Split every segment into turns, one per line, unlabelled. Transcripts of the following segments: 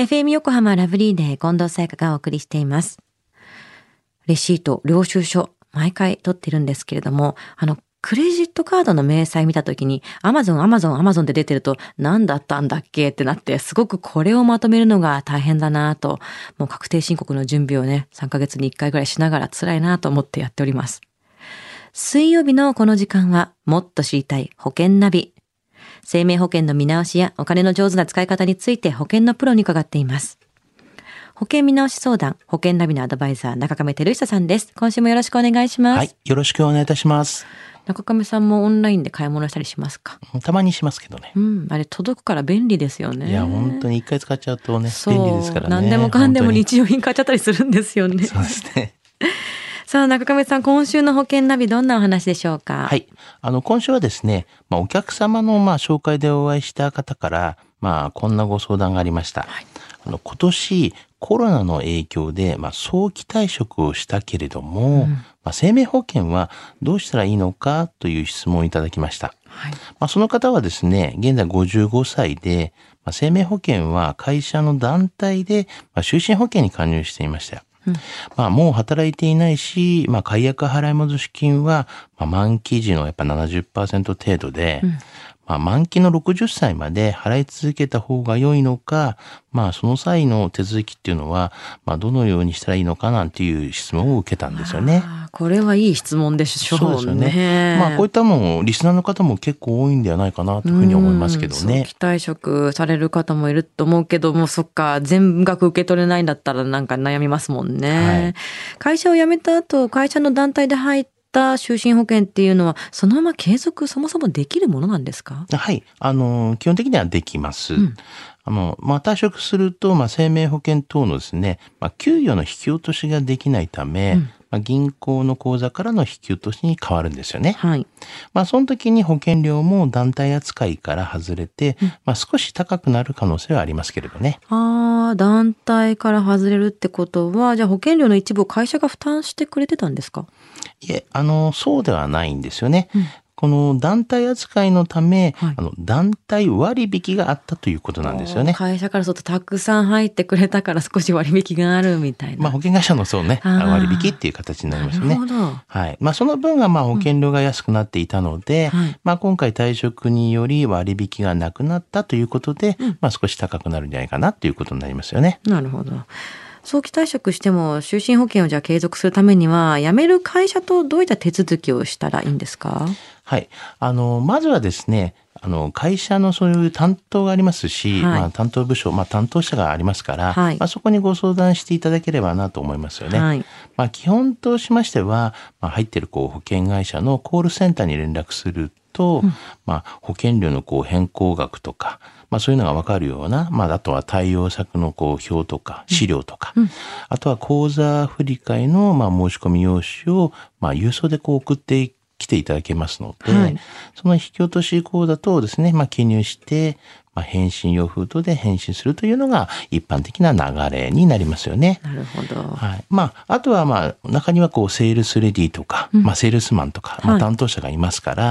FM 横浜ラブリーで近藤沙耶香がお送りしています。レシート、領収書、毎回取ってるんですけれども、クレジットカードの明細見たときに、アマゾンって出てると、何だったんだっけってなって、すごくこれをまとめるのが大変だなと、もう確定申告の準備をね、3ヶ月に1回ぐらいしながら辛いなと思ってやっております。水曜日のこの時間は、もっと知りたい保険ナビ。生命保険の見直しやお金の上手な使い方について保険のプロに伺っています。保険見直し相談、保険ナビのアドバイザー、中亀照久さんです。今週もよろしくお願いします。
はい、よろしくお願いいたします。
中亀さんもオンラインで買い物したりしますか？
たまにしますけどね。
あれ届くから便利ですよね。
いや、本当に一回使っちゃうとね、便利ですからね。
何でもかんでも日用品買っちゃったりするんですよね。
そうですね。
さあ、中亀さん、今週の保険ナビどんなお話でしょうか？
はい。今週はですね、お客様の紹介でお会いした方から、こんなご相談がありました。はい、今年、コロナの影響で、早期退職をしたけれども、生命保険はどうしたらいいのかという質問をいただきました。はい、その方はですね、現在55歳で、生命保険は会社の団体で、就寝保険に加入していましたよ。もう働いていないし、解約払い戻し金は、満期時のやっぱ 70% 程度で、満期の60歳まで払い続けた方が良いのか、その際の手続きっていうのは、どのようにしたらいいのかなんていう質問を受けたんですよね。
これはいい質問でしょうね。
そうですよね。こういったもリスナーの方も結構多いんではないかなというふうに思いますけどね。
早期退職される方もいると思うけども、そっか、全額受け取れないんだったらなんか悩みますもんね。はい、会社を辞めた後、会社の団体で入った就寝保険っていうのは、そのまま継続そもそもできるものなんですか？
はい。基本的にはできます。退職すると、生命保険等のですね、給与の引き落としができないため、銀行の口座からの引き落としに変わるんですよね。はい。その時に保険料も団体扱いから外れて、少し高くなる可能性はありますけれどね。
団体から外れるってことは、じゃあ保険料の一部を会社が負担してくれてたんですか？
いえ、そうではないんですよね。この団体扱いのため、団体割引があったということなんですよね。
会社からするとたくさん入ってくれたから少し割引があるみたいな。
保険会社の割引っていう形になりますよね。
なるほど。
はい。その分は保険料が安くなっていたので、今回退職により割引がなくなったということで、少し高くなるんじゃないかなということになりますよね。
なるほど。早期退職しても就寝保険をじゃあ継続するためには、辞める会社とどういった手続きをしたらいいんですか？
はい。まずはですね、会社のそういう担当がありますし、担当部署、担当者がありますから、そこにご相談していただければなと思いますよね。基本としましては、入っている保険会社のコールセンターに連絡すると、保険料の変更額とか、そういうのが分かるような、あとは対応策の表とか資料とか、あとは口座振替の申し込み用紙を郵送で送って来ていただけますので、その引き落とし口座等をですね、記入して、返信用封筒で返信するというのが一般的な流れになりますよね。
なるほど。
はい。あとは中にはセールスレディとか、セールスマンとか、担当者がいますから、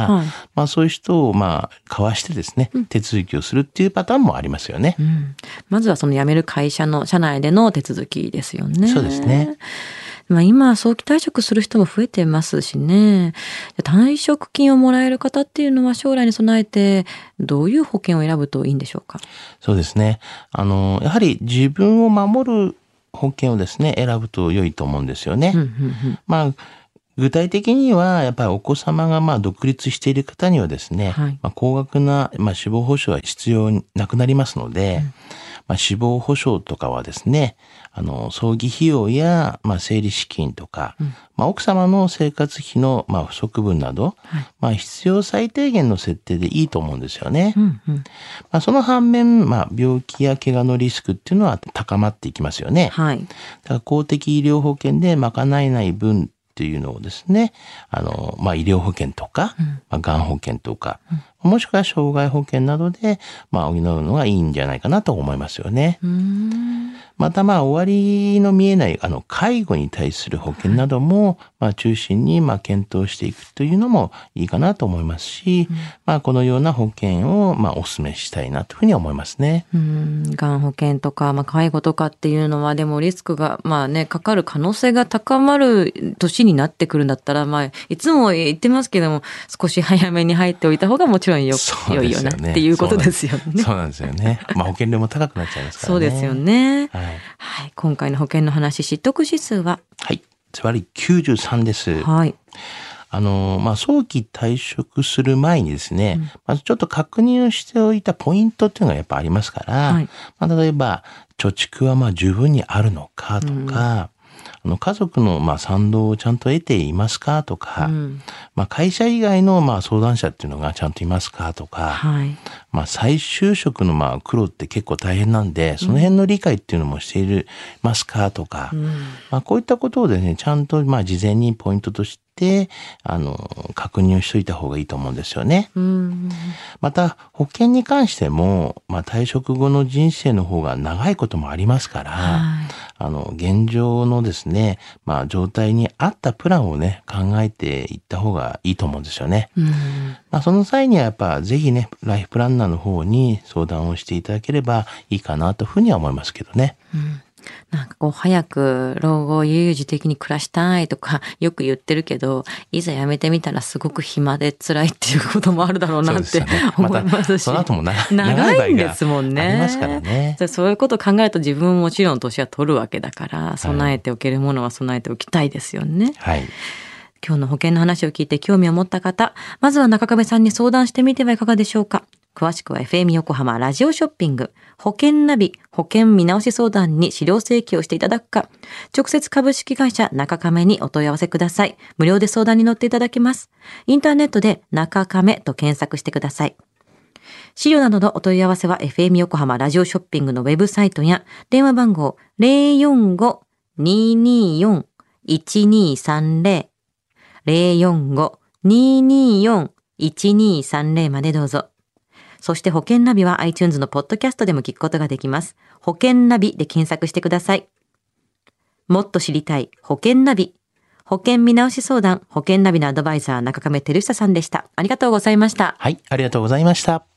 そういう人をかわしてですね、手続きをするっていうパターンもありますよね。
まずはその辞める会社の社内での手続きですよね。
そうですね。
今、早期退職する人も増えてますしね。退職金をもらえる方っていうのは将来に備えて、どういう保険を選ぶといいんでしょうか？
そうですね。やはり自分を守る保険をですね、選ぶと良いと思うんですよね。具体的には、やっぱりお子様が独立している方にはですね、高額な死亡保障は必要なくなりますので、死亡保障とかはですね、葬儀費用や、生理資金とか、奥様の生活費の、不足分など、必要最低限の設定でいいと思うんですよね。その反面、病気や怪我のリスクっていうのは高まっていきますよね。だから公的医療保険で賄えない分っていうのをですね、医療保険とか、がん保険とか、もしくは障害保険などで、補うのがいいんじゃないかなと思いますよね。 また終わりの見えない介護に対する保険なども、中心に検討していくというのもいいかなと思いますし、このような保険をお勧めしたいなというふうに思いますね。
がん保険とか、介護とかっていうのはでもリスクがかかる可能性が高まる年になってくるんだったら、いつも言ってますけども、少し早めに入っておいた方がもちろん良いよなっていうことですよね。
そうなんですよね。保険料も高くなっちゃいますからね。
そうですよね。
はい。
今回の保険の話、知得指数は？
はい。つまり93です。
はい。
早期退職する前にですね、まずちょっと確認をしておいたポイントっていうのがやっぱありますから、例えば、貯蓄は十分にあるのかとか、家族の賛同をちゃんと得ていますかとか、会社以外の相談者っていうのがちゃんといますかとか、再就職の苦労って結構大変なんで、その辺の理解っていうのもしていますかとか、こういったことをですね、ちゃんと事前にポイントとして確認をしといた方がいいと思うんですよね。また保険に関しても、退職後の人生の方が長いこともありますから、現状のですね、状態に合ったプランをね、考えていった方がいいと思うんですよね。その際にはやっぱぜひね、ライフプランナーの方に相談をしていただければいいかなというふうには思いますけどね。
早く老後悠々自適に暮らしたいとかよく言ってるけど、いざ辞めてみたらすごく暇で辛いっていうこともあるだろうなって思いますし。
その後も
長いんですもんね。
ありますからね。
そういうことを考えると自分ももちろん年は取るわけだから、備えておけるものは備えておきたいですよね。
はい。
今日の保険の話を聞いて興味を持った方、まずは中亀さんに相談してみてはいかがでしょうか。詳しくは FM 横浜ラジオショッピング保険ナビ保険見直し相談に資料請求をしていただくか、直接株式会社中亀にお問い合わせください。無料で相談に乗っていただけます。インターネットで中亀と検索してください。資料などのお問い合わせは FM 横浜ラジオショッピングのウェブサイトや電話番号 045-224-1230 045-224-1230 までどうぞ。そして保険ナビは iTunes のポッドキャストでも聞くことができます。保険ナビで検索してください。もっと知りたい保険ナビ。保険見直し相談、保険ナビのアドバイザー中亀照久さんでした。ありがとうございました。
はい、ありがとうございました。